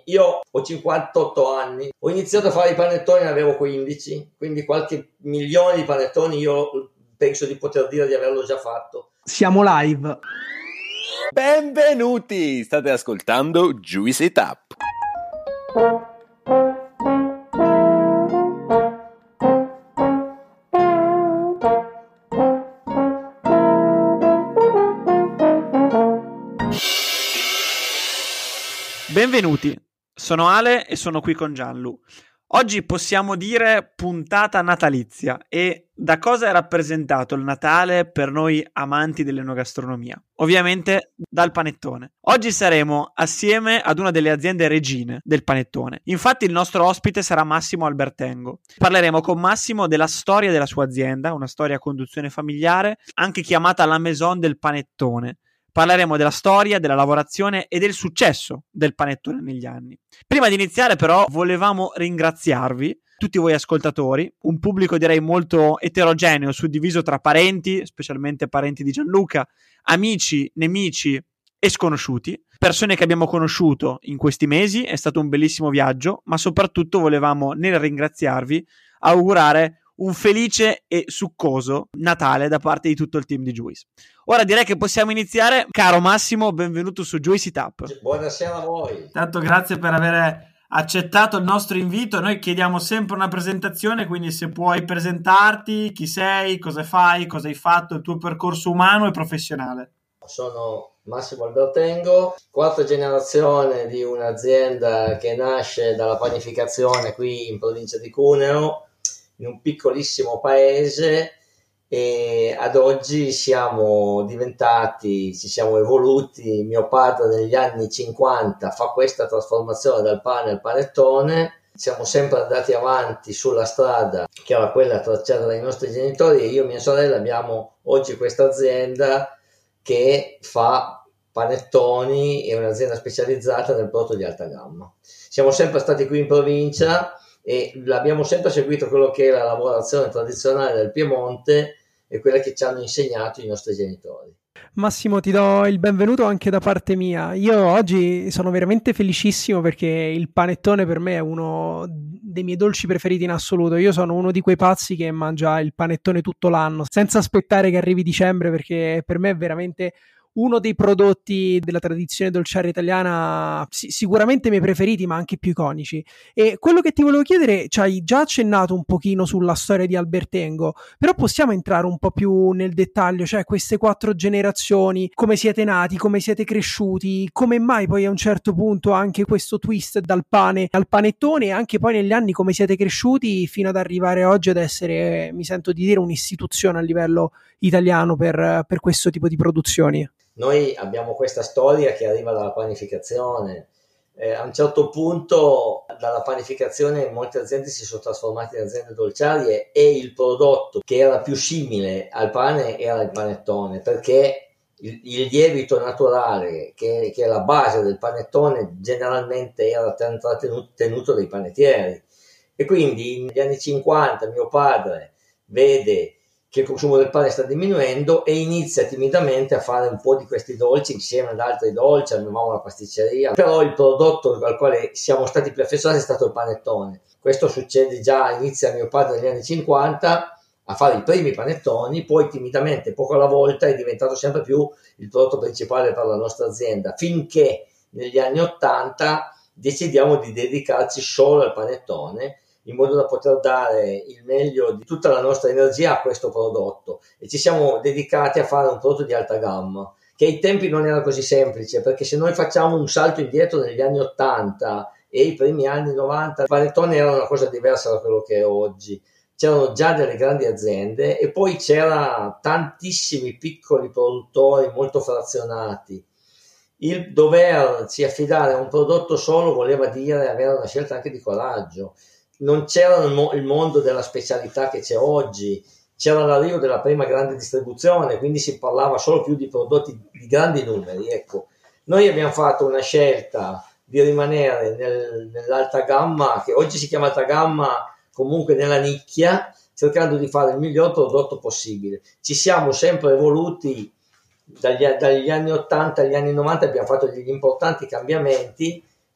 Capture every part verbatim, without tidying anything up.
Io ho cinquantotto anni, ho iniziato a fare i panettoni e ne avevo quindici, quindi qualche milione di panettoni io penso di poter dire di averlo già fatto. Siamo live. Benvenuti! State ascoltando Juice It Up. Benvenuti, sono Ale e sono qui con Gianlu. Oggi possiamo dire puntata natalizia. E da cosa è rappresentato il Natale per noi amanti dell'enogastronomia? Ovviamente dal panettone. Oggi saremo assieme ad una delle aziende regine del panettone. Infatti il nostro ospite sarà Massimo Albertengo. Parleremo con Massimo della storia della sua azienda, una storia a conduzione familiare, anche chiamata la Maison del Panettone. Parleremo della storia, della lavorazione e del successo del panettone negli anni. Prima di iniziare però volevamo ringraziarvi, tutti voi ascoltatori, un pubblico direi molto eterogeneo, suddiviso tra parenti, specialmente parenti di Gianluca, amici, nemici e sconosciuti, persone che abbiamo conosciuto in questi mesi. È stato un bellissimo viaggio, ma soprattutto volevamo nel ringraziarvi augurare un felice e succoso Natale da parte di tutto il team di Juice. Ora direi che possiamo iniziare. Caro Massimo, benvenuto su Juice It Up. Buonasera a voi. Tanto grazie per aver accettato il nostro invito. Noi chiediamo sempre una presentazione, quindi se puoi presentarti, chi sei, cosa fai, cosa hai fatto, il tuo percorso umano e professionale. Sono Massimo Albertengo, quarta generazione di un'azienda che nasce dalla panificazione qui in provincia di Cuneo, in un piccolissimo paese, e ad oggi siamo diventati, ci siamo evoluti. Mio padre negli anni cinquanta fa questa trasformazione dal pane al panettone. Siamo sempre andati avanti sulla strada che era quella tracciata dai nostri genitori, e io e mia sorella abbiamo oggi questa azienda che fa panettoni, è un'azienda specializzata nel prodotto di alta gamma. Siamo sempre stati qui in provincia e abbiamo sempre seguito quello che è la lavorazione tradizionale del Piemonte e quella che ci hanno insegnato i nostri genitori. Massimo, ti do il benvenuto anche da parte mia. Io oggi sono veramente felicissimo perché il panettone per me è uno dei miei dolci preferiti in assoluto. Io sono uno di quei pazzi che mangia il panettone tutto l'anno senza aspettare che arrivi dicembre, perché per me è veramente uno dei prodotti della tradizione dolciaria italiana, sì, sicuramente i miei preferiti, ma anche più iconici. E quello che ti volevo chiedere, ci hai già accennato un pochino sulla storia di Albertengo, però possiamo entrare un po' più nel dettaglio, cioè queste quattro generazioni, come siete nati, come siete cresciuti, come mai poi a un certo punto anche questo twist dal pane al panettone, e anche poi negli anni come siete cresciuti fino ad arrivare oggi ad essere, mi sento di dire, un'istituzione a livello italiano per, per questo tipo di produzioni. Noi abbiamo questa storia che arriva dalla panificazione. Eh, a un certo punto dalla panificazione molte aziende si sono trasformate in aziende dolciarie e il prodotto che era più simile al pane era il panettone, perché il, il lievito naturale che, che è la base del panettone generalmente era tenuto, tenuto dai panettieri, e quindi negli anni cinquanta mio padre vede che il consumo del pane sta diminuendo e inizia timidamente a fare un po' di questi dolci insieme ad altri dolci. Avevamo una pasticceria, però il prodotto al quale siamo stati più affezionati è stato il panettone. Questo succede già, inizia mio padre negli anni cinquanta a fare i primi panettoni, poi timidamente, poco alla volta, è diventato sempre più il prodotto principale per la nostra azienda, finché negli anni ottanta decidiamo di dedicarci solo al panettone, in modo da poter dare il meglio di tutta la nostra energia a questo prodotto, e ci siamo dedicati a fare un prodotto di alta gamma, che ai tempi non era così semplice, perché se noi facciamo un salto indietro negli anni ottanta e i primi anni novanta, il panettone era una cosa diversa da quello che è oggi. C'erano già delle grandi aziende e poi c'era tantissimi piccoli produttori molto frazionati. Il doversi affidare a un prodotto solo voleva dire avere una scelta anche di coraggio. Non c'era il mondo della specialità che c'è oggi, c'era l'arrivo della prima grande distribuzione, quindi si parlava solo più di prodotti di grandi numeri. Ecco, noi abbiamo fatto una scelta di rimanere nel, nell'alta gamma, che oggi si chiama alta gamma, comunque nella nicchia, cercando di fare il miglior prodotto possibile. Ci siamo sempre evoluti dagli, dagli anni ottanta agli anni novanta, abbiamo fatto degli importanti cambiamenti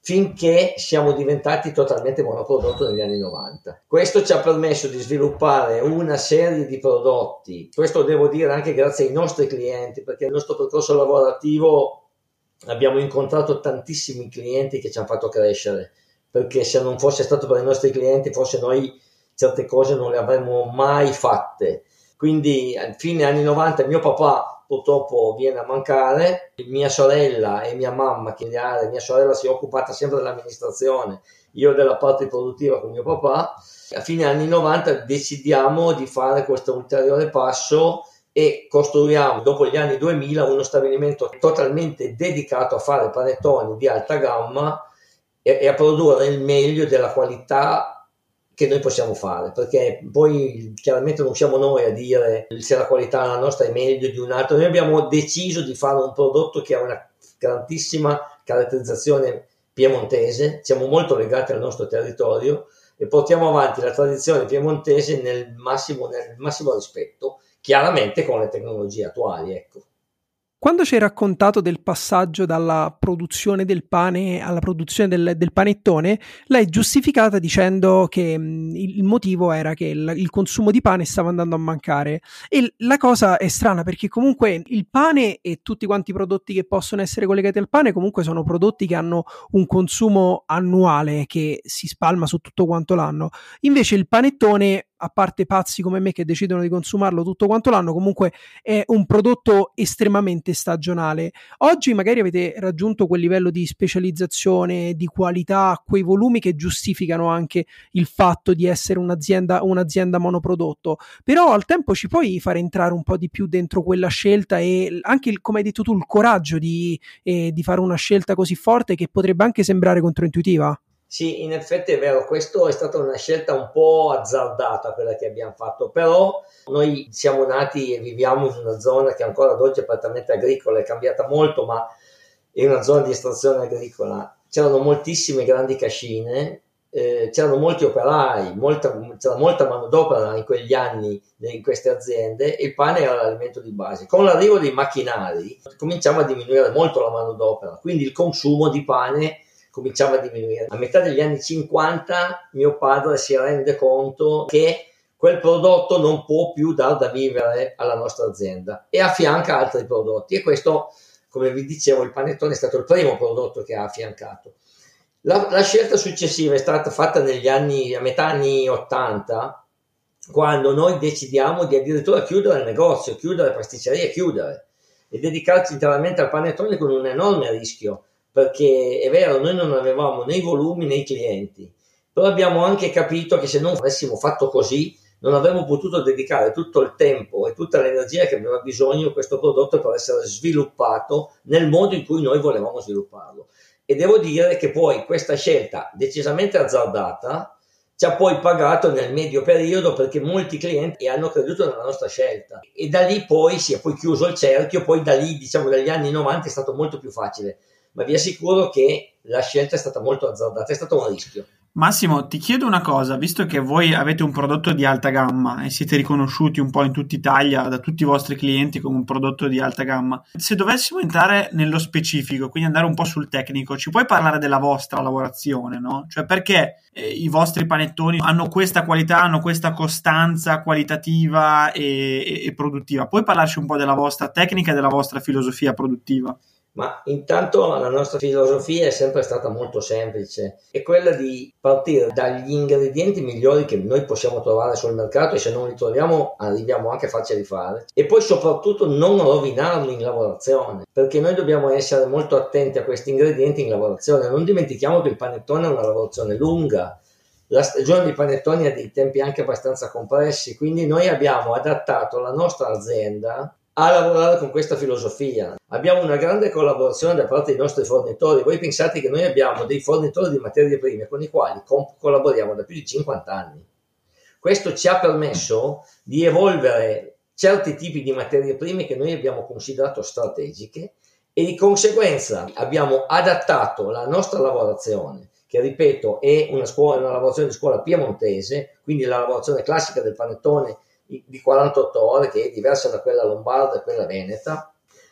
finché siamo diventati totalmente monoprodotto negli anni novanta. Questo ci ha permesso di sviluppare una serie di prodotti, questo devo dire anche grazie ai nostri clienti, perché nel nostro percorso lavorativo abbiamo incontrato tantissimi clienti che ci hanno fatto crescere, perché se non fosse stato per i nostri clienti forse noi certe cose non le avremmo mai fatte. Quindi a fine anni novanta mio papà purtroppo viene a mancare, mia sorella e mia mamma, che mia sorella si è occupata sempre dell'amministrazione, io della parte produttiva con mio papà. A fine anni novanta decidiamo di fare questo ulteriore passo e costruiamo dopo gli anni duemila uno stabilimento totalmente dedicato a fare panettoni di alta gamma e, e a produrre il meglio della qualità che noi possiamo fare, perché poi chiaramente non siamo noi a dire se la qualità la nostra è meglio di un altro. Noi abbiamo deciso di fare un prodotto che ha una grandissima caratterizzazione piemontese, siamo molto legati al nostro territorio e portiamo avanti la tradizione piemontese nel massimo, nel massimo rispetto, chiaramente con le tecnologie attuali, ecco. Quando ci hai raccontato del passaggio dalla produzione del pane alla produzione del, del panettone, l'hai giustificata dicendo che mh, il motivo era che il, il consumo di pane stava andando a mancare. E la cosa è strana perché comunque il pane e tutti quanti i prodotti che possono essere collegati al pane comunque sono prodotti che hanno un consumo annuale che si spalma su tutto quanto l'anno. Invece il panettone, a parte pazzi come me che decidono di consumarlo tutto quanto l'anno, comunque è un prodotto estremamente stagionale. Oggi magari avete raggiunto quel livello di specializzazione, di qualità, quei volumi che giustificano anche il fatto di essere un'azienda, un'azienda monoprodotto, però al tempo ci puoi fare entrare un po' di più dentro quella scelta e anche, il, come hai detto tu, il coraggio di, eh, di fare una scelta così forte che potrebbe anche sembrare controintuitiva. Sì, in effetti è vero, questa è stata una scelta un po' azzardata quella che abbiamo fatto, però noi siamo nati e viviamo in una zona che ancora ad oggi è prettamente agricola, è cambiata molto, ma è una zona di estrazione agricola. C'erano moltissime grandi cascine, eh, c'erano molti operai, molta, c'era molta manodopera in quegli anni in queste aziende e il pane era l'alimento di base. Con l'arrivo dei macchinari cominciamo a diminuire molto la manodopera, quindi il consumo di pane cominciava a diminuire. A metà degli anni cinquanta mio padre si rende conto che quel prodotto non può più dar da vivere alla nostra azienda e affianca altri prodotti e questo, come vi dicevo, il panettone è stato il primo prodotto che ha affiancato. La, la scelta successiva è stata fatta negli anni, a metà anni ottanta, quando noi decidiamo di addirittura chiudere il negozio, chiudere pasticcerie, chiudere e dedicarci interamente al panettone con un enorme rischio. Perché è vero, noi non avevamo né i volumi né i clienti, però abbiamo anche capito che se non avessimo fatto così non avremmo potuto dedicare tutto il tempo e tutta l'energia che aveva bisogno questo prodotto per essere sviluppato nel modo in cui noi volevamo svilupparlo. E devo dire che poi questa scelta decisamente azzardata ci ha poi pagato nel medio periodo perché molti clienti hanno creduto nella nostra scelta e da lì poi si è poi chiuso il cerchio, poi da lì, diciamo dagli anni novanta è stato molto più facile. Ma vi assicuro che la scelta è stata molto azzardata, è stato un rischio. Massimo, ti chiedo una cosa, visto che voi avete un prodotto di alta gamma e siete riconosciuti un po' in tutta Italia da tutti i vostri clienti come un prodotto di alta gamma, se dovessimo entrare nello specifico, quindi andare un po' sul tecnico, ci puoi parlare della vostra lavorazione, no? Cioè perché eh, i vostri panettoni hanno questa qualità, hanno questa costanza qualitativa e, e, e produttiva? Puoi parlarci un po' della vostra tecnica e della vostra filosofia produttiva? Ma intanto la nostra filosofia è sempre stata molto semplice, è quella di partire dagli ingredienti migliori che noi possiamo trovare sul mercato e se non li troviamo arriviamo anche a farceli fare e poi soprattutto non rovinarli in lavorazione, perché noi dobbiamo essere molto attenti a questi ingredienti in lavorazione. Non dimentichiamo che il panettone è una lavorazione lunga, la stagione dei panettoni ha dei tempi anche abbastanza compressi, quindi noi abbiamo adattato la nostra azienda a lavorare con questa filosofia. Abbiamo una grande collaborazione da parte dei nostri fornitori. Voi pensate che noi abbiamo dei fornitori di materie prime con i quali co- collaboriamo da più di cinquanta anni. Questo ci ha permesso di evolvere certi tipi di materie prime che noi abbiamo considerato strategiche e di conseguenza abbiamo adattato la nostra lavorazione, che ripeto è una, scuola, una lavorazione di scuola piemontese, quindi la lavorazione classica del panettone di quarantotto ore, che è diversa da quella lombarda e quella veneta.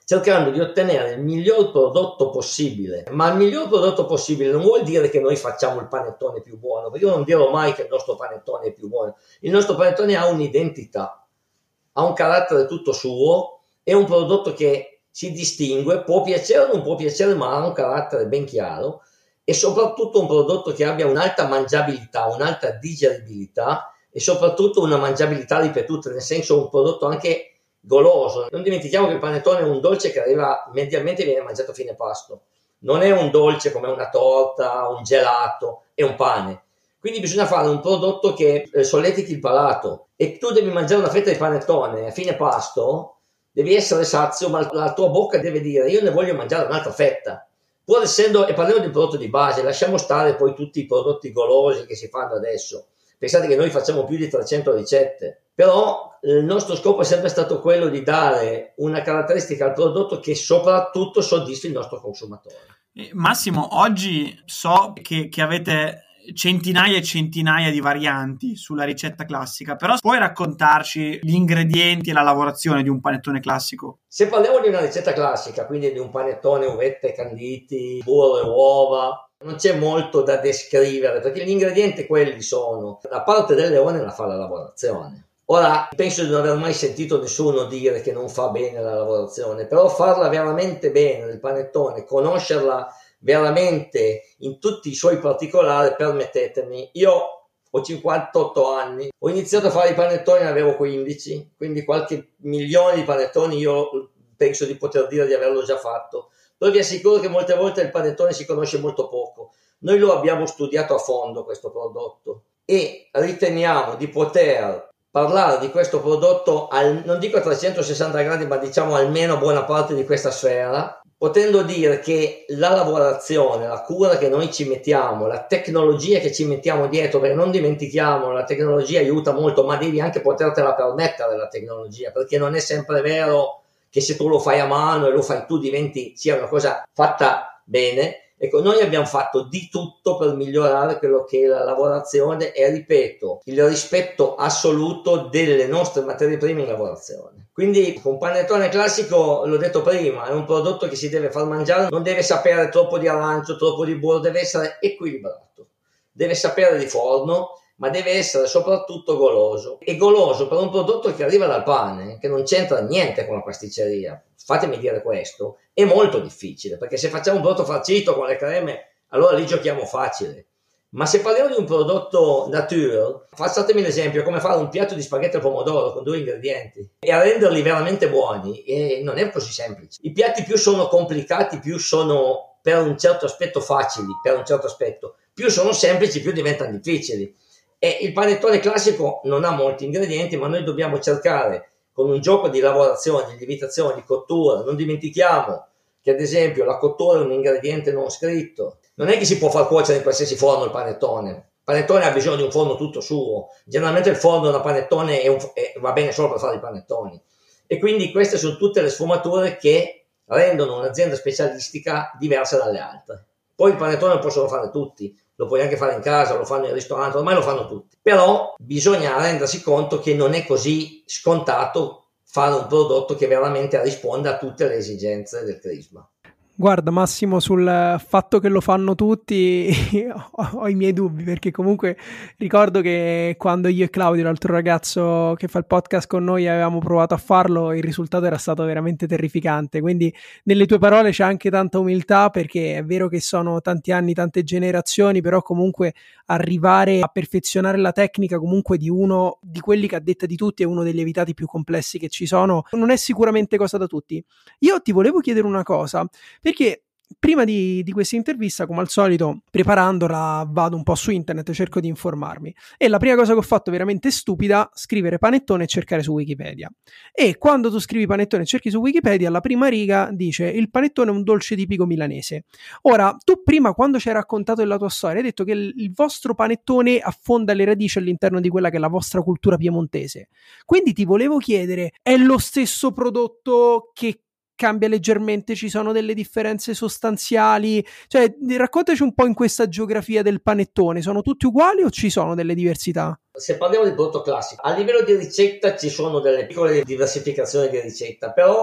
cercando di ottenere il miglior prodotto possibile. Ma il miglior prodotto possibile non vuol dire che noi facciamo il panettone più buono, perché io non dirò mai che il nostro panettone è più buono. Il nostro panettone ha un'identità, ha un carattere tutto suo, è un prodotto che si distingue, può piacere o non può piacere, ma ha un carattere ben chiaro, e soprattutto un prodotto che abbia un'alta mangiabilità, un'alta digeribilità e soprattutto una mangiabilità ripetuta, nel senso un prodotto anche goloso. Non dimentichiamo che il panettone è un dolce che arriva mediamente, viene mangiato a fine pasto, non è un dolce come una torta, un gelato, è un pane. Quindi bisogna fare un prodotto che eh, solletichi il palato, e tu devi mangiare una fetta di panettone a fine pasto, devi essere sazio, ma la tua bocca deve dire io ne voglio mangiare un'altra fetta. Pur essendo, e parliamo di un prodotto di base, lasciamo stare poi tutti i prodotti golosi che si fanno adesso. Pensate che noi facciamo più di trecento ricette, però il nostro scopo è sempre stato quello di dare una caratteristica al prodotto che soprattutto soddisfi il nostro consumatore. Massimo, oggi so che, che avete centinaia e centinaia di varianti sulla ricetta classica, però puoi raccontarci gli ingredienti e la lavorazione di un panettone classico? Se parliamo di una ricetta classica, quindi di un panettone, uvette, canditi, burro e uova, non c'è molto da descrivere, perché gli ingredienti quelli sono: la parte del leone la fa la lavorazione. Ora, penso di non aver mai sentito nessuno dire che non fa bene la lavorazione, però farla veramente bene, il panettone, conoscerla veramente in tutti i suoi particolari, permettetemi, io ho cinquantotto anni, ho iniziato a fare i panettoni, ne avevo quindici, quindi qualche milione di panettoni io penso di poter dire di averlo già fatto, però vi assicuro che molte volte il panettone si conosce molto poco. Noi lo abbiamo studiato a fondo questo prodotto e riteniamo di poter parlare di questo prodotto al, non dico a trecentosessanta gradi, ma diciamo almeno buona parte di questa sfera, potendo dire che la lavorazione, la cura che noi ci mettiamo, la tecnologia che ci mettiamo dietro, perché non dimentichiamo, la tecnologia aiuta molto, ma devi anche potertela permettere la tecnologia, perché non è sempre vero che se tu lo fai a mano e lo fai tu diventi sia una cosa fatta bene. Ecco, noi abbiamo fatto di tutto per migliorare quello che è la lavorazione e, ripeto, il rispetto assoluto delle nostre materie prime in lavorazione. Quindi un panettone classico, l'ho detto prima, è un prodotto che si deve far mangiare, non deve sapere troppo di arancio, troppo di burro, deve essere equilibrato, deve sapere di forno, ma deve essere soprattutto goloso. E goloso per un prodotto che arriva dal pane, che non c'entra niente con la pasticceria, fatemi dire questo, è molto difficile, perché se facciamo un prodotto farcito con le creme, allora lì giochiamo facile. Ma se parliamo di un prodotto nature, facciatemi l'esempio, come fare un piatto di spaghetti al pomodoro con due ingredienti e a renderli veramente buoni, e non è così semplice. I piatti più sono complicati, più sono per un certo aspetto facili, per un certo aspetto, più sono semplici, più diventano difficili. E il panettone classico non ha molti ingredienti, ma noi dobbiamo cercare, con un gioco di lavorazione, di lievitazione, di cottura, non dimentichiamo che ad esempio la cottura è un ingrediente non scritto. Non è che si può far cuocere in qualsiasi forno il panettone. Il panettone ha bisogno di un forno tutto suo. Generalmente il forno da panettone è un, è, va bene solo per fare i panettoni. E quindi queste sono tutte le sfumature che rendono un'azienda specialistica diversa dalle altre. Poi il panettone lo possono fare tutti, lo puoi anche fare in casa, lo fanno in ristorante, ormai lo fanno tutti. Però bisogna rendersi conto che non è così scontato fare un prodotto che veramente risponda a tutte le esigenze del crisma. Guarda Massimo, sul fatto che lo fanno tutti ho i miei dubbi, perché comunque ricordo che quando io e Claudio, l'altro ragazzo che fa il podcast con noi, avevamo provato a farlo, il risultato era stato veramente terrificante. Quindi nelle tue parole c'è anche tanta umiltà, perché è vero che sono tanti anni, tante generazioni, però comunque arrivare a perfezionare la tecnica comunque di uno di quelli che, a detta di tutti, è uno dei lievitati più complessi che ci sono, non è sicuramente cosa da tutti. Io ti volevo chiedere una cosa, perché prima di, di questa intervista, come al solito, preparandola, vado un po' su internet, cerco di informarmi, e la prima cosa che ho fatto veramente stupida, scrivere panettone e cercare su Wikipedia. E quando tu scrivi panettone e cerchi su Wikipedia, la prima riga dice: il panettone è un dolce tipico milanese. Ora, tu prima, quando ci hai raccontato della tua storia, hai detto che il, il vostro panettone affonda le radici all'interno di quella che è la vostra cultura piemontese. Quindi ti volevo chiedere, è lo stesso prodotto che cambia leggermente, ci sono delle differenze sostanziali? Cioè, raccontaci un po' in questa geografia del panettone, sono tutti uguali o ci sono delle diversità? Se parliamo di prodotto classico, a livello di ricetta ci sono delle piccole diversificazioni di ricetta, però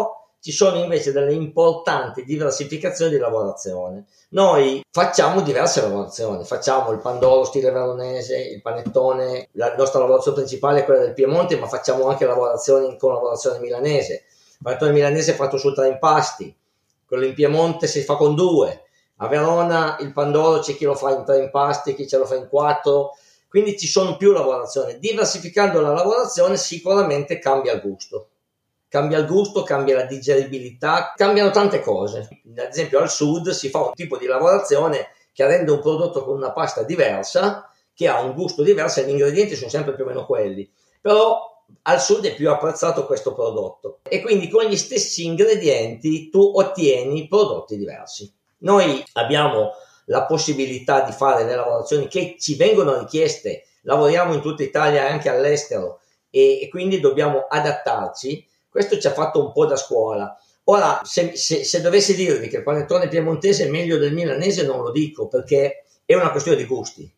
ci sono invece delle importanti diversificazioni di lavorazione. Noi facciamo diverse lavorazioni, facciamo il pandoro stile veronese, il panettone, la nostra lavorazione principale è quella del Piemonte, ma facciamo anche lavorazioni con lavorazione milanese. Il panettone milanese è fatto su tre impasti, quello in Piemonte si fa con due, a Verona il pandoro c'è chi lo fa in tre impasti, chi ce lo fa in quattro, quindi ci sono più lavorazioni. Diversificando la lavorazione sicuramente cambia il gusto. Cambia il gusto, cambia la digeribilità, cambiano tante cose. Ad esempio al sud si fa un tipo di lavorazione che rende un prodotto con una pasta diversa, che ha un gusto diverso e gli ingredienti sono sempre più o meno quelli. Però al sud è più apprezzato questo prodotto e quindi con gli stessi ingredienti tu ottieni prodotti diversi. Noi abbiamo la possibilità di fare le lavorazioni che ci vengono richieste, lavoriamo in tutta Italia e anche all'estero e, e quindi dobbiamo adattarci. Questo ci ha fatto un po' da scuola. Ora, se, se, se dovessi dirvi che il panettone piemontese è meglio del milanese, non lo dico, perché è una questione di gusti.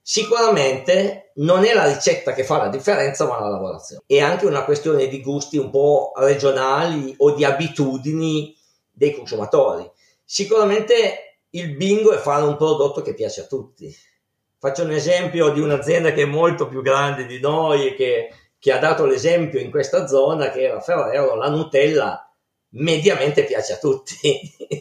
Sicuramente non è la ricetta che fa la differenza, ma la lavorazione. È anche una questione di gusti un po' regionali o di abitudini dei consumatori. Sicuramente il bingo è fare un prodotto che piace a tutti. Faccio un esempio di un'azienda che è molto più grande di noi e che che ha dato l'esempio in questa zona, che era Ferrero. La Nutella mediamente piace a tutti.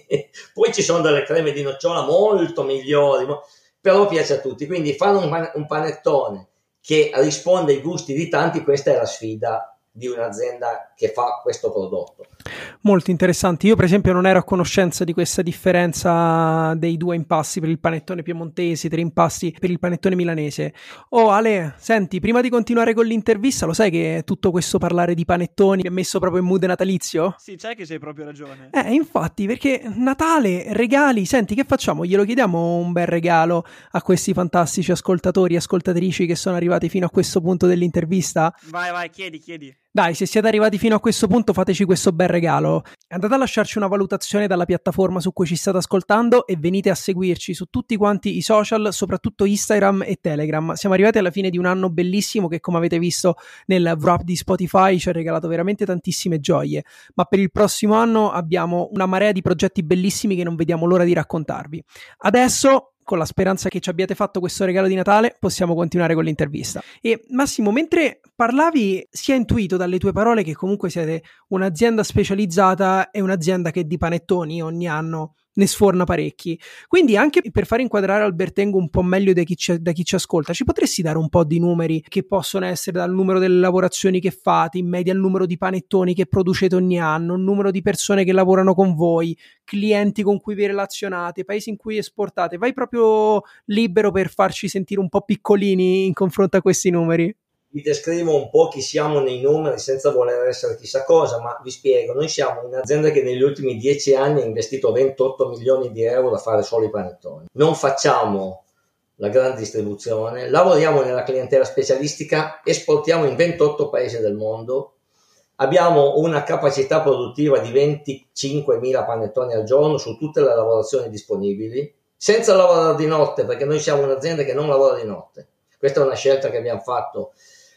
Poi ci sono delle creme di nocciola molto migliori, però piace a tutti. Quindi fare un, un panettone che risponde ai gusti di tanti, questa è la sfida di un'azienda che fa questo prodotto. Molto interessante. Io per esempio non ero a conoscenza di questa differenza dei due impasti per il panettone piemontese, tre impasti per il panettone milanese. Oh Ale, senti, prima di continuare con l'intervista, lo sai che tutto questo parlare di panettoni mi ha messo proprio in mood natalizio? Sì, sai che c'hai proprio ragione. Eh, infatti, perché Natale, regali, senti, che facciamo? Glielo chiediamo un bel regalo a questi fantastici ascoltatori e ascoltatrici che sono arrivati fino a questo punto dell'intervista? Vai, vai, chiedi, chiedi. Dai, se siete arrivati fino a questo punto, fateci questo bel regalo. Andate a lasciarci una valutazione dalla piattaforma su cui ci state ascoltando e venite a seguirci su tutti quanti i social, soprattutto Instagram e Telegram. Siamo arrivati alla fine di un anno bellissimo che, come avete visto nel wrap di Spotify, ci ha regalato veramente tantissime gioie. Ma per il prossimo anno abbiamo una marea di progetti bellissimi che non vediamo l'ora di raccontarvi. Adesso, con la speranza che ci abbiate fatto questo regalo di Natale, possiamo continuare con l'intervista. E Massimo, mentre parlavi, si è intuito dalle tue parole che comunque siete un'azienda specializzata e un'azienda che di panettoni ogni anno ne sforna parecchi. Quindi anche per far inquadrare Albertengo un po' meglio da chi, ci, da chi ci ascolta, ci potresti dare un po' di numeri che possono essere dal numero delle lavorazioni che fate, in media il numero di panettoni che producete ogni anno, il numero di persone che lavorano con voi, clienti con cui vi relazionate, paesi in cui esportate? Vai proprio libero per farci sentire un po' piccolini in confronto a questi numeri. Vi descrivo un po' chi siamo nei numeri senza voler essere chissà cosa, ma vi spiego. Noi siamo un'azienda che negli ultimi dieci anni ha investito ventotto milioni di euro a fare solo i panettoni. Non facciamo la grande distribuzione, lavoriamo nella clientela specialistica, esportiamo in ventotto paesi del mondo, abbiamo una capacità produttiva di venticinquemila panettoni al giorno su tutte le lavorazioni disponibili, senza lavorare di notte, perché noi siamo un'azienda che non lavora di notte. Questa è una scelta che abbiamo fatto.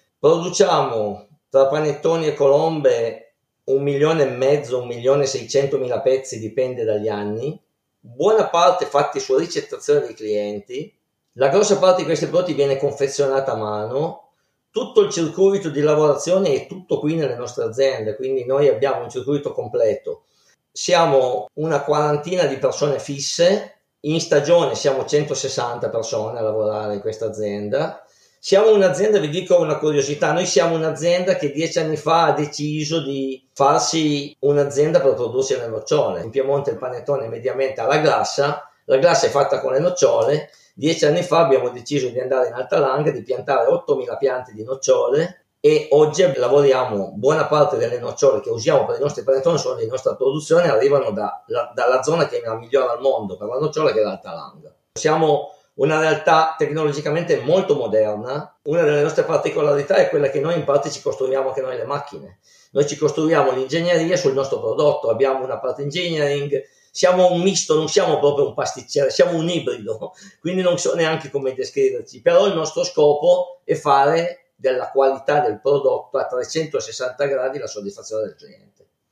Produciamo tra panettoni e colombe un milione e mezzo, un milione e seicentomila pezzi, dipende dagli anni, buona parte fatti su ricettazione dei clienti. La grossa parte di questi prodotti viene confezionata a mano. Tutto il circuito di lavorazione è tutto qui nelle nostre aziende, quindi noi abbiamo un circuito completo. Siamo una quarantina di persone fisse, in stagione siamo centosessanta persone a lavorare in questa azienda. Siamo un'azienda, vi dico una curiosità, noi siamo un'azienda che dieci anni fa ha deciso di farsi un'azienda per prodursi le nocciole. In Piemonte il panettone mediamente ha la glassa, la glassa è fatta con le nocciole. Dieci anni fa abbiamo deciso di andare in Alta Langa, di piantare ottomila piante di nocciole e oggi lavoriamo, buona parte delle nocciole che usiamo per i nostri panettoni sono di nostra produzione, arrivano da, la, dalla zona che è la migliore al mondo per la nocciola, che è l'Alta Langa. Siamo una realtà tecnologicamente molto moderna. Una delle nostre particolarità è quella che noi in parte ci costruiamo anche noi le macchine. Noi ci costruiamo l'ingegneria sul nostro prodotto, abbiamo una parte engineering, siamo un misto, non siamo proprio un pasticcere, siamo un ibrido, quindi non so neanche come descriverci, però il nostro scopo è fare della qualità del prodotto a trecentosessanta gradi la soddisfazione del cliente.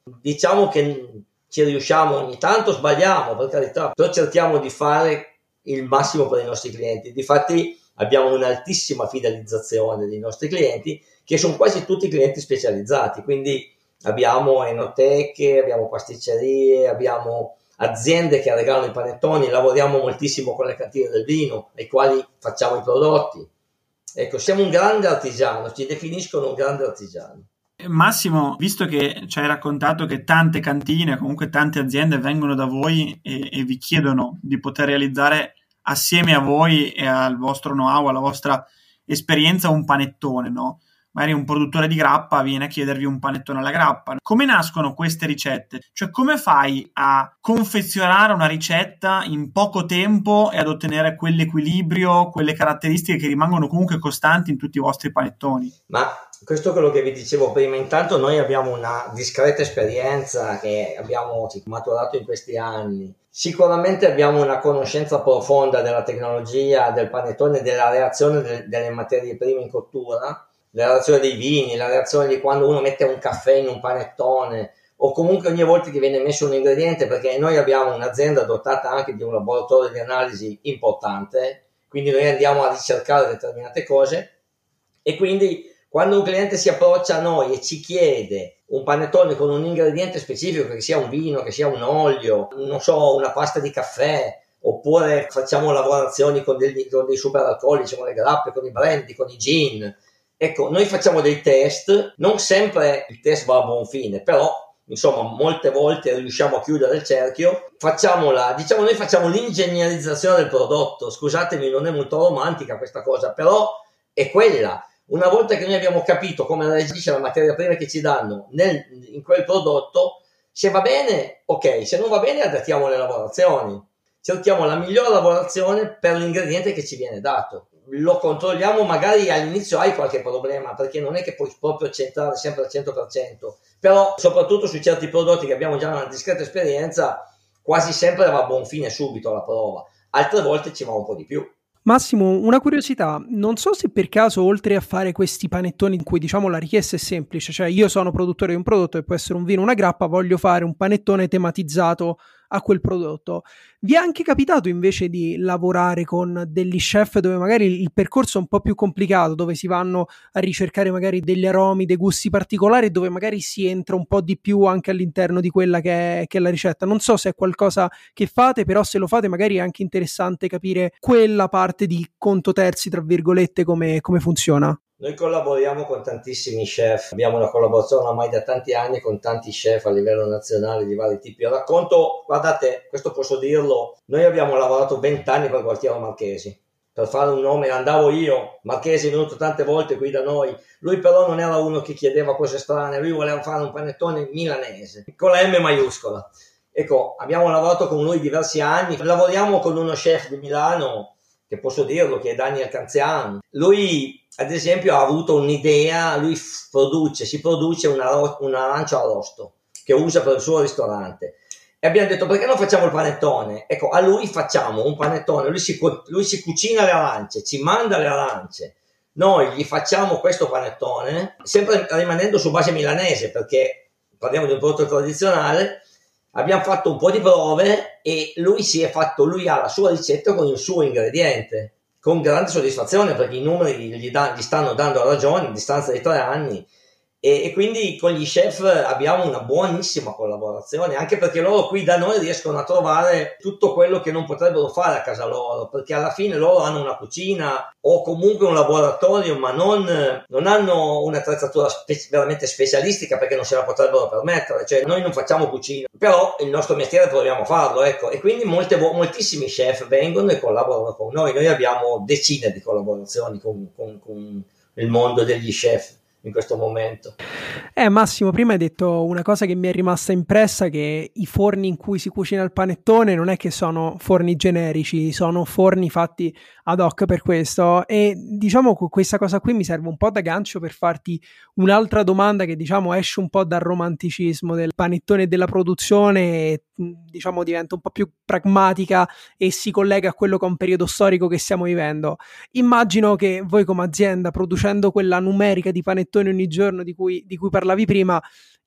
Diciamo che ci riusciamo, ogni tanto sbagliamo, per carità, però cerchiamo di fare il massimo per i nostri clienti. Difatti abbiamo un'altissima fidelizzazione dei nostri clienti, che sono quasi tutti clienti specializzati, quindi abbiamo enoteche, abbiamo pasticcerie, abbiamo aziende che regalano i panettoni, lavoriamo moltissimo con le cantine del vino, ai quali facciamo i prodotti. Ecco, siamo un grande artigiano, ci definiscono un grande artigiano. Massimo, visto che ci hai raccontato che tante cantine, comunque tante aziende vengono da voi e, e vi chiedono di poter realizzare assieme a voi e al vostro know-how, alla vostra esperienza, un panettone, no? Magari un produttore di grappa viene a chiedervi un panettone alla grappa. Come nascono queste ricette? Cioè, come fai a confezionare una ricetta in poco tempo e ad ottenere quell'equilibrio, quelle caratteristiche che rimangono comunque costanti in tutti i vostri panettoni? Ma questo è quello che vi dicevo prima. Intanto noi abbiamo una discreta esperienza che abbiamo maturato in questi anni. Sicuramente abbiamo una conoscenza profonda della tecnologia, del panettone, della reazione de- delle materie prime in cottura, la reazione dei vini, la reazione di quando uno mette un caffè in un panettone, o comunque ogni volta che viene messo un ingrediente, perché noi abbiamo un'azienda dotata anche di un laboratorio di analisi importante, quindi noi andiamo a ricercare determinate cose, e quindi quando un cliente si approccia a noi e ci chiede un panettone con un ingrediente specifico, che sia un vino, che sia un olio, non so, una pasta di caffè, oppure facciamo lavorazioni con, degli, con dei superalcolici, con le grappe, con i brandy, con i gin. Ecco, noi facciamo dei test, non sempre il test va a buon fine, però insomma molte volte riusciamo a chiudere il cerchio. Facciamo la, diciamo noi facciamo l'ingegnerizzazione del prodotto, scusatemi, non è molto romantica questa cosa, però è quella. Una volta che noi abbiamo capito come reagisce la materia prima che ci danno nel, in quel prodotto, se va bene, ok, se non va bene adattiamo le lavorazioni, cerchiamo la migliore lavorazione per l'ingrediente che ci viene dato. Lo controlliamo, magari all'inizio hai qualche problema, perché non è che puoi proprio centrare sempre al cento per cento, però soprattutto su certi prodotti che abbiamo già una discreta esperienza, quasi sempre va a buon fine subito la prova, altre volte ci va un po' di più. Massimo, una curiosità, non so se per caso oltre a fare questi panettoni in cui diciamo la richiesta è semplice, cioè io sono produttore di un prodotto che può essere un vino, una grappa, voglio fare un panettone tematizzato a quel prodotto, vi è anche capitato invece di lavorare con degli chef dove magari il percorso è un po' più complicato, dove si vanno a ricercare magari degli aromi, dei gusti particolari, dove magari si entra un po' di più anche all'interno di quella che è, che è la ricetta? Non so se è qualcosa che fate, però se lo fate magari è anche interessante capire quella parte di conto terzi, tra virgolette, come, come funziona. Noi collaboriamo con tantissimi chef, abbiamo una collaborazione ormai da tanti anni con tanti chef a livello nazionale di vari tipi. Io racconto, guardate, questo posso dirlo, noi abbiamo lavorato vent'anni per Gualtiero Marchesi. Per fare un nome andavo io, Marchesi è venuto tante volte qui da noi, lui però non era uno che chiedeva cose strane, lui voleva fare un panettone milanese, con la M maiuscola. Ecco, abbiamo lavorato con lui diversi anni, lavoriamo con uno chef di Milano, che posso dirlo, che è Daniel Canzian. Lui ad esempio ha avuto un'idea, lui produce, si produce una, un arancio arrosto che usa per il suo ristorante, e abbiamo detto perché non facciamo il panettone? Ecco, a lui facciamo un panettone, lui si, lui si cucina le arance, ci manda le arance, noi gli facciamo questo panettone, sempre rimanendo su base milanese, perché parliamo di un prodotto tradizionale. Abbiamo fatto un po' di prove e lui si è fatto, lui ha la sua ricetta con il suo ingrediente, con grande soddisfazione, perché i numeri gli, da, gli stanno dando ragione a distanza di tre anni, e, e quindi con gli chef abbiamo una buonissima collaborazione, anche perché loro qui da noi riescono a trovare tutto quello che non potrebbero fare a casa loro, perché alla fine loro hanno una cucina o comunque un laboratorio, ma non, non hanno un'attrezzatura spe- veramente specialistica, perché non se la potrebbero permettere. Cioè noi non facciamo cucina, però il nostro mestiere proviamo a farlo, ecco, e quindi molte, moltissimi chef vengono e collaborano con noi. Noi abbiamo decine di collaborazioni con, con, con il mondo degli chef in questo momento. Eh Massimo, prima hai detto una cosa che mi è rimasta impressa, che i forni in cui si cucina il panettone non è che sono forni generici, sono forni fatti ad hoc per questo, e diciamo questa cosa qui mi serve un po' da gancio per farti un'altra domanda che diciamo esce un po' dal romanticismo del panettone e della produzione e diciamo diventa un po' più pragmatica e si collega a quello che è un periodo storico che stiamo vivendo. Immagino che voi come azienda, producendo quella numerica di panettoni ogni giorno di cui, di cui parlavi prima,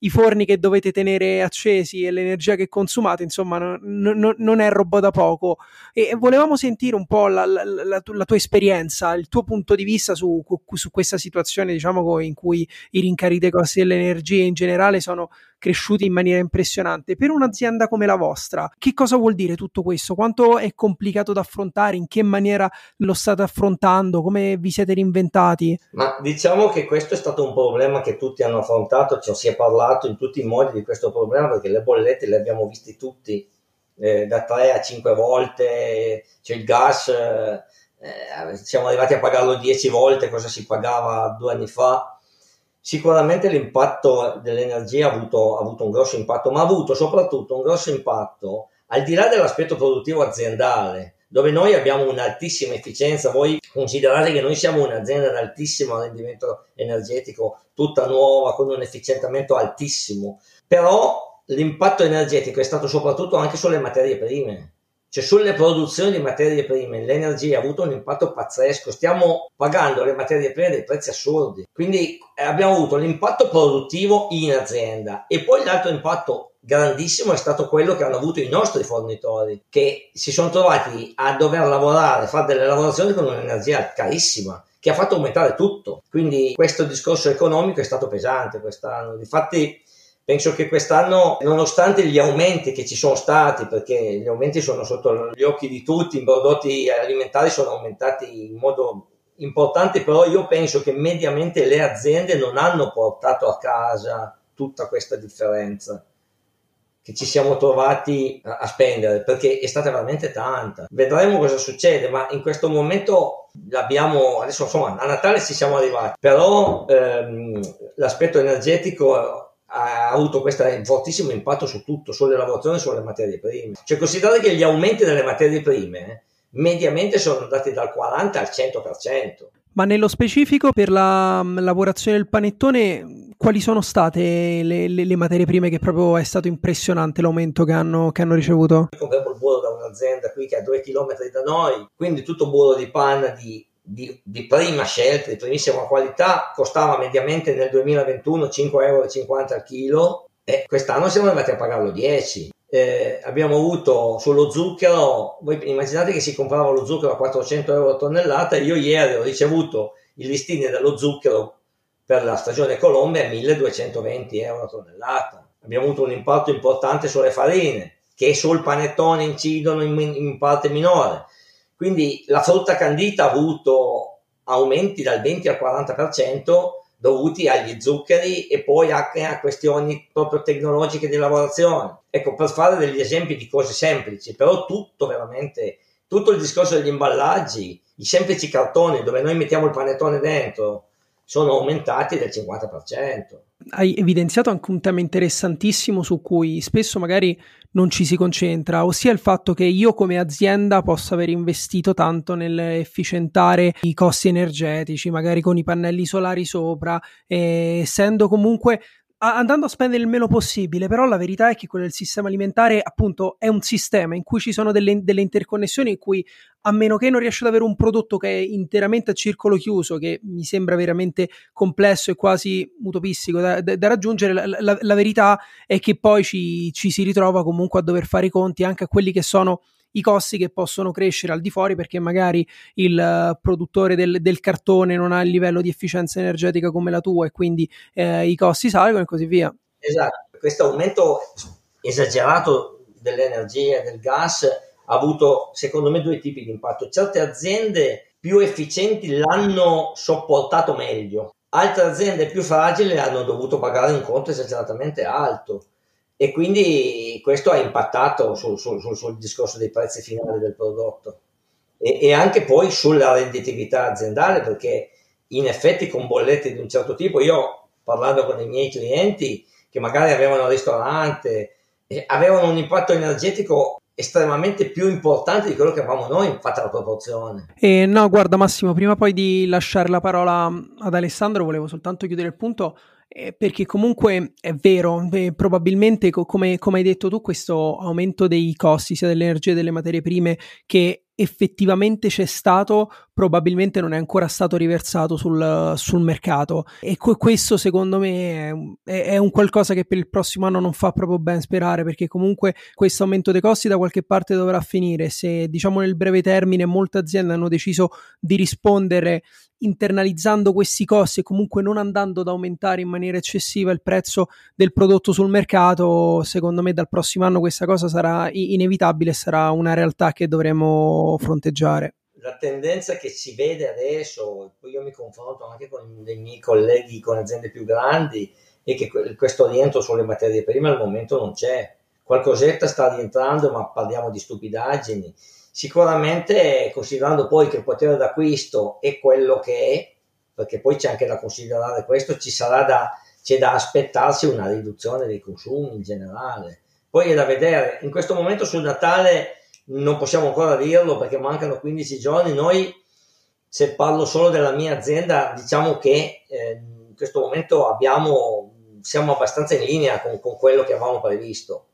i forni che dovete tenere accesi e l'energia che consumate, insomma no, no, non è roba da poco. E volevamo sentire un po' la, la, la, la tua esperienza, il tuo punto di vista su, su questa situazione, diciamo, in cui i rincari dei costi dell'energia in generale sono cresciuti in maniera impressionante. Per un'azienda come la vostra, che cosa vuol dire tutto questo? Quanto è complicato da affrontare? In che maniera lo state affrontando? Come vi siete reinventati? Ma diciamo che questo è stato un problema che tutti hanno affrontato, cioè si è parlato in tutti i modi di questo problema, perché le bollette le abbiamo viste tutti, eh, da tre a cinque volte, c'è il gas, eh, siamo arrivati a pagarlo dieci volte cosa si pagava due anni fa. Sicuramente l'impatto dell'energia ha avuto, ha avuto un grosso impatto, ma ha avuto soprattutto un grosso impatto al di là dell'aspetto produttivo aziendale, dove noi abbiamo un'altissima efficienza. Voi considerate che noi siamo un'azienda ad altissimo rendimento energetico, tutta nuova, con un efficientamento altissimo, però l'impatto energetico è stato soprattutto anche sulle materie prime. Cioè sulle produzioni di materie prime l'energia ha avuto un impatto pazzesco, stiamo pagando le materie prime dei prezzi assurdi, quindi abbiamo avuto l'impatto produttivo in azienda e poi l'altro impatto grandissimo è stato quello che hanno avuto i nostri fornitori, che si sono trovati a dover lavorare, fare delle lavorazioni con un'energia carissima, che ha fatto aumentare tutto. Quindi questo discorso economico è stato pesante quest'anno. Difatti penso che quest'anno, nonostante gli aumenti che ci sono stati, perché gli aumenti sono sotto gli occhi di tutti, i prodotti alimentari sono aumentati in modo importante, però io penso che mediamente le aziende non hanno portato a casa tutta questa differenza che ci siamo trovati a spendere, perché è stata veramente tanta. Vedremo cosa succede, ma in questo momento l'abbiamo, adesso insomma a Natale ci siamo arrivati, però ehm, l'aspetto energetico ha avuto questo fortissimo impatto su tutto, sulle lavorazioni, sulle materie prime. Cioè considerate che gli aumenti delle materie prime eh, mediamente sono andati dal quaranta al cento per cento. Ma nello specifico per la um, lavorazione del panettone, quali sono state le, le, le materie prime che proprio è stato impressionante l'aumento che hanno, che hanno ricevuto? Io compriamo il burro da un'azienda qui che è a due chilometri da noi, quindi tutto burro di panna di Di, di prima scelta, di primissima qualità, costava mediamente nel duemilaventuno cinque virgola cinquanta euro al chilo e quest'anno siamo arrivati a pagarlo dieci. Eh, abbiamo avuto sullo zucchero, voi immaginate che si comprava lo zucchero a quattrocento euro a tonnellata, io ieri ho ricevuto i listini dello zucchero per la stagione Colombia a milleduecentoventi euro a tonnellata. Abbiamo avuto un impatto importante sulle farine, che sul panettone incidono in, in parte minore. Quindi la frutta candita ha avuto aumenti dal venti al quaranta per cento dovuti agli zuccheri e poi anche a questioni proprio tecnologiche di lavorazione. Ecco, per fare degli esempi di cose semplici, però tutto veramente, tutto il discorso degli imballaggi, i semplici cartoni dove noi mettiamo il panettone dentro, sono aumentati del cinquanta per cento. Hai evidenziato anche un tema interessantissimo su cui spesso magari non ci si concentra, ossia il fatto che io come azienda possa aver investito tanto nell'efficientare i costi energetici, magari con i pannelli solari sopra, eh, essendo comunque andando a spendere il meno possibile, però la verità è che quello del sistema alimentare appunto è un sistema in cui ci sono delle, delle interconnessioni in cui a meno che non riesci ad avere un prodotto che è interamente a circolo chiuso, che mi sembra veramente complesso e quasi utopistico da, da, da raggiungere, la, la, la verità è che poi ci, ci si ritrova comunque a dover fare i conti anche a quelli che sono i costi che possono crescere al di fuori perché magari il uh, produttore del, del cartone non ha il livello di efficienza energetica come la tua e quindi eh, i costi salgono e così via. Esatto, questo aumento esagerato dell'energia e del gas ha avuto secondo me due tipi di impatto. Certe aziende più efficienti l'hanno sopportato meglio, altre aziende più fragili hanno dovuto pagare un conto esageratamente alto. E quindi questo ha impattato sul, sul, sul, sul discorso dei prezzi finali del prodotto e, e anche poi sulla redditività aziendale, perché in effetti con bollette di un certo tipo, io parlando con i miei clienti che magari avevano un ristorante, eh, avevano un impatto energetico estremamente più importante di quello che avevamo noi, fatta la proporzione. Eh, no, guarda Massimo, prima poi di lasciare la parola ad Alessandro volevo soltanto chiudere il punto eh, perché comunque è vero, eh, probabilmente co- come, come hai detto tu questo aumento dei costi sia dell'energia che delle materie prime che effettivamente c'è stato probabilmente non è ancora stato riversato sul, sul mercato, e que- questo secondo me è, è un qualcosa che per il prossimo anno non fa proprio ben sperare, perché comunque questo aumento dei costi da qualche parte dovrà finire. Se diciamo nel breve termine molte aziende hanno deciso di rispondere internalizzando questi costi e comunque non andando ad aumentare in maniera eccessiva il prezzo del prodotto sul mercato, secondo me dal prossimo anno questa cosa sarà inevitabile, sarà una realtà che dovremo fronteggiare. La tendenza che si vede adesso, poi io mi confronto anche con dei miei colleghi con aziende più grandi, è che questo rientro sulle materie prime al momento non c'è. Qualcosetta sta rientrando, ma parliamo di stupidaggini. Sicuramente, considerando poi che il potere d'acquisto è quello che è, perché poi c'è anche da considerare questo, ci sarà da, c'è da aspettarsi una riduzione dei consumi in generale. Poi è da vedere. In questo momento sul Natale non possiamo ancora dirlo perché mancano quindici giorni. Noi, se parlo solo della mia azienda, diciamo che eh, in questo momento abbiamo, siamo abbastanza in linea con, con quello che avevamo previsto.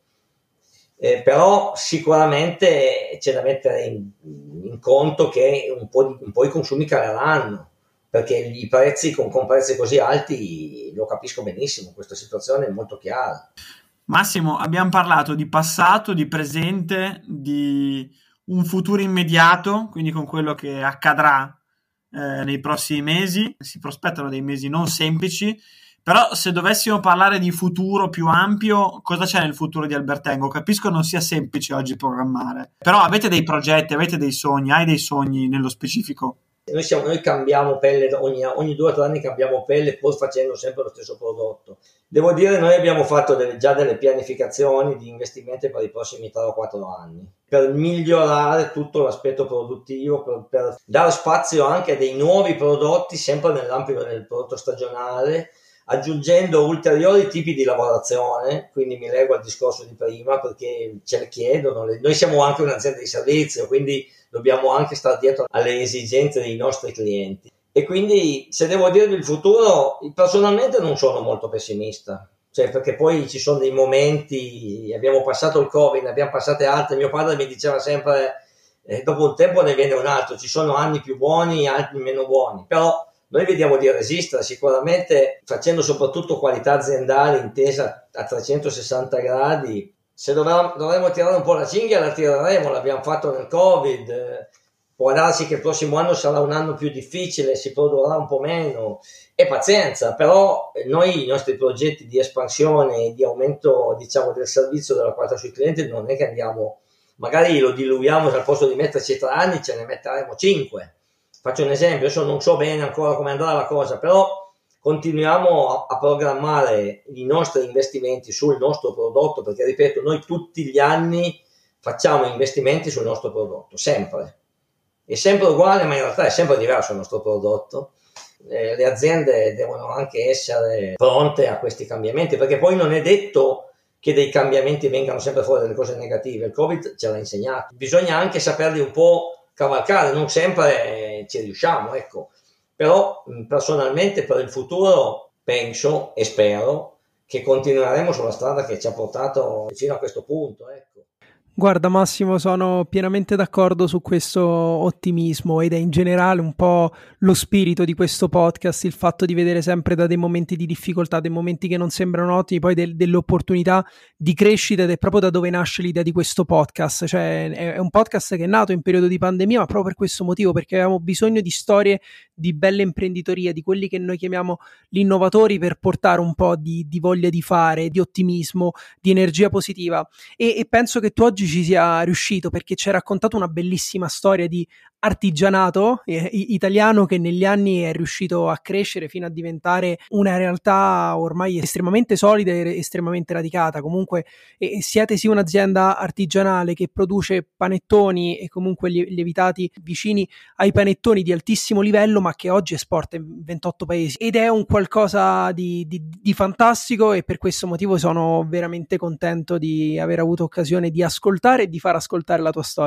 Eh, però sicuramente c'è da mettere in, in conto che un po', di, un po' i consumi caleranno, perché i prezzi con, con prezzi così alti, lo capisco benissimo, questa situazione è molto chiara. Massimo, abbiamo parlato di passato, di presente, di un futuro immediato, quindi con quello che accadrà eh, nei prossimi mesi. Si prospettano dei mesi non semplici. Però se dovessimo parlare di futuro più ampio, cosa c'è nel futuro di Albertengo? Capisco non sia semplice oggi programmare, però avete dei progetti, avete dei sogni, hai dei sogni nello specifico? Noi, siamo, noi cambiamo pelle, ogni, ogni due o tre anni cambiamo pelle, pur facendo sempre lo stesso prodotto. Devo dire, noi abbiamo fatto delle, già delle pianificazioni di investimenti per i prossimi tre o quattro anni, per migliorare tutto l'aspetto produttivo, per, per dare spazio anche a dei nuovi prodotti, sempre nell'ambito del prodotto stagionale, aggiungendo ulteriori tipi di lavorazione. Quindi mi leggo al discorso di prima, perché ce le chiedono. Noi siamo anche un'azienda di servizio, quindi dobbiamo anche stare dietro alle esigenze dei nostri clienti. E quindi, se devo dirvi il futuro, personalmente non sono molto pessimista, cioè, perché poi ci sono dei momenti, abbiamo passato il Covid, ne abbiamo passate altre. Mio padre mi diceva sempre, eh, dopo un tempo ne viene un altro, ci sono anni più buoni, anni meno buoni, però noi vediamo di resistere sicuramente, facendo soprattutto qualità aziendale intesa a trecentosessanta gradi. Se dovremmo, dovremmo tirare un po' la cinghia, la tireremo, l'abbiamo fatto nel Covid. Può darsi che il prossimo anno sarà un anno più difficile, si produrrà un po' meno, e pazienza. Però noi, i nostri progetti di espansione e di aumento, diciamo, del servizio della qualità sui clienti, non è che andiamo, magari lo diluiamo, al posto di metterci tre anni ce ne metteremo cinque. Faccio un esempio, adesso non so bene ancora come andrà la cosa, però continuiamo a, a programmare i nostri investimenti sul nostro prodotto, perché ripeto, noi tutti gli anni facciamo investimenti sul nostro prodotto, sempre. È sempre uguale, ma in realtà è sempre diverso il nostro prodotto. Eh, le aziende devono anche essere pronte a questi cambiamenti, perché poi non è detto che dei cambiamenti vengano sempre fuori delle cose negative. Il Covid ce l'ha insegnato. Bisogna anche saperli un po' cavalcare, non sempre ci riusciamo, ecco. Però personalmente per il futuro penso e spero che continueremo sulla strada che ci ha portato fino a questo punto, ecco. Guarda Massimo, sono pienamente d'accordo su questo ottimismo, ed è in generale un po' lo spirito di questo podcast, il fatto di vedere sempre da dei momenti di difficoltà, dei momenti che non sembrano ottimi, poi del, delle opportunità di crescita, ed è proprio da dove nasce l'idea di questo podcast. Cioè è, è un podcast che è nato in periodo di pandemia, ma proprio per questo motivo, perché avevamo bisogno di storie di bella imprenditoria, di quelli che noi chiamiamo gli innovatori, per portare un po' di, di voglia di fare, di ottimismo, di energia positiva, e, e penso che tu oggi ci sia riuscito, perché ci hai raccontato una bellissima storia di artigianato eh, italiano che negli anni è riuscito a crescere fino a diventare una realtà ormai estremamente solida e estremamente radicata. Comunque eh, siete sì un'azienda artigianale che produce panettoni e comunque lievitati vicini ai panettoni di altissimo livello, ma che oggi esporta in ventotto paesi, ed è un qualcosa di, di, di fantastico, e per questo motivo sono veramente contento di aver avuto occasione di ascoltare e di far ascoltare la tua storia.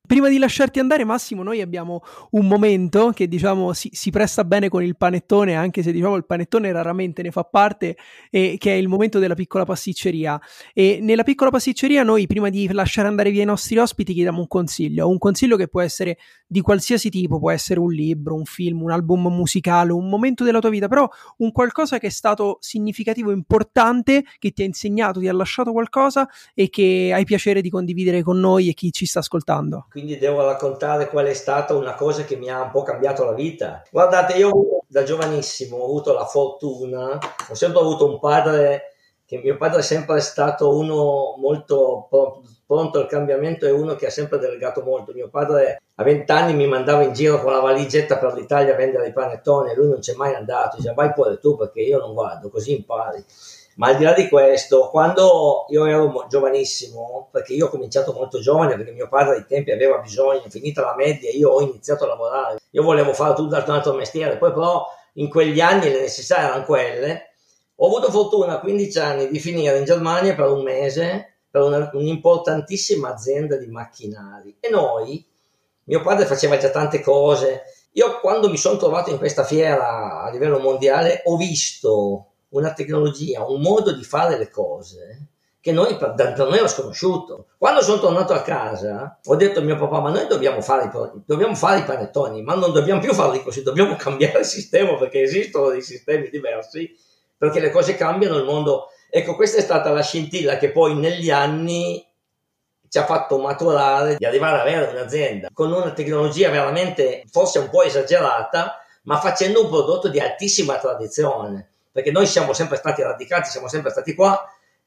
Prima di lasciarti andare, Massimo, noi abbiamo un momento che diciamo si, si presta bene con il panettone, anche se diciamo il panettone raramente ne fa parte, e che è il momento della piccola pasticceria. E nella piccola pasticceria noi, prima di lasciare andare via i nostri ospiti, chiediamo un consiglio, un consiglio che può essere di qualsiasi tipo, può essere un libro, un film, un album musicale, un momento della tua vita, però un qualcosa che è stato significativo, importante, che ti ha insegnato, ti ha lasciato qualcosa e che hai piacere di condividere con noi e chi ci sta ascoltando. Quindi devo raccontare qual è stata una cosa che mi ha un po' cambiato la vita. Guardate, io da giovanissimo ho avuto la fortuna, ho sempre avuto un padre, che mio padre è sempre stato uno molto pronto al cambiamento e uno che ha sempre delegato molto. Mio padre a vent'anni mi mandava in giro con la valigetta per l'Italia a vendere i panettoni e lui non c'è mai andato, diceva vai pure tu perché io non guardo, così impari. Ma al di là di questo, quando io ero giovanissimo, perché io ho cominciato molto giovane, perché mio padre ai tempi aveva bisogno, finita la media, io ho iniziato a lavorare, io volevo fare tutto un altro mestiere, poi però in quegli anni le necessità erano quelle. Ho avuto fortuna a quindici anni di finire in Germania per un mese, per una, un'importantissima azienda di macchinari. E noi, mio padre faceva già tante cose. Io quando mi sono trovato in questa fiera a livello mondiale ho visto una tecnologia, un modo di fare le cose che noi, per, per noi era sconosciuto. Quando sono tornato a casa ho detto a mio papà, ma noi dobbiamo fare, i, dobbiamo fare i panettoni, ma non dobbiamo più farli così, dobbiamo cambiare il sistema perché esistono dei sistemi diversi, perché le cose cambiano, il mondo... Ecco, questa è stata la scintilla che poi negli anni ci ha fatto maturare di arrivare ad avere un'azienda con una tecnologia veramente forse un po' esagerata, ma facendo un prodotto di altissima tradizione. Perché noi siamo sempre stati radicati, siamo sempre stati qua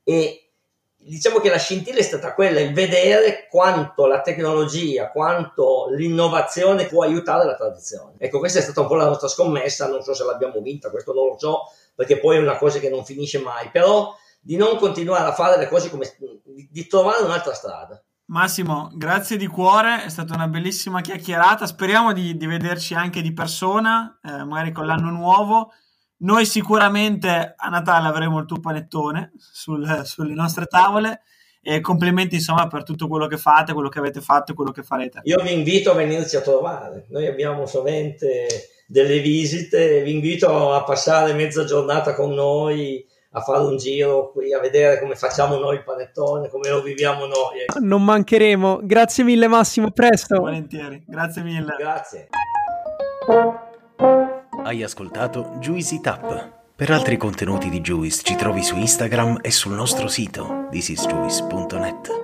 e diciamo che la scintilla è stata quella, il vedere quanto la tecnologia, quanto l'innovazione può aiutare la tradizione. Ecco, questa è stata un po' la nostra scommessa, non so se l'abbiamo vinta, questo non lo so, perché poi è una cosa che non finisce mai, però di non continuare a fare le cose come, di, di trovare un'altra strada. Massimo, grazie di cuore, è stata una bellissima chiacchierata, speriamo di, di vederci anche di persona, eh, magari con l'anno nuovo. Noi sicuramente a Natale avremo il tuo panettone sul, sulle nostre tavole e complimenti insomma per tutto quello che fate, quello che avete fatto e quello che farete. Io vi invito a venirci a trovare, noi abbiamo sovente delle visite, vi invito a passare mezza giornata con noi, a fare un giro qui, a vedere come facciamo noi il panettone, come lo viviamo noi. Non mancheremo, grazie mille Massimo, a presto. Volentieri, grazie mille. Grazie. Hai ascoltato Juicy Tap. Per altri contenuti di Juice ci trovi su Instagram e sul nostro sito this is juice punto net.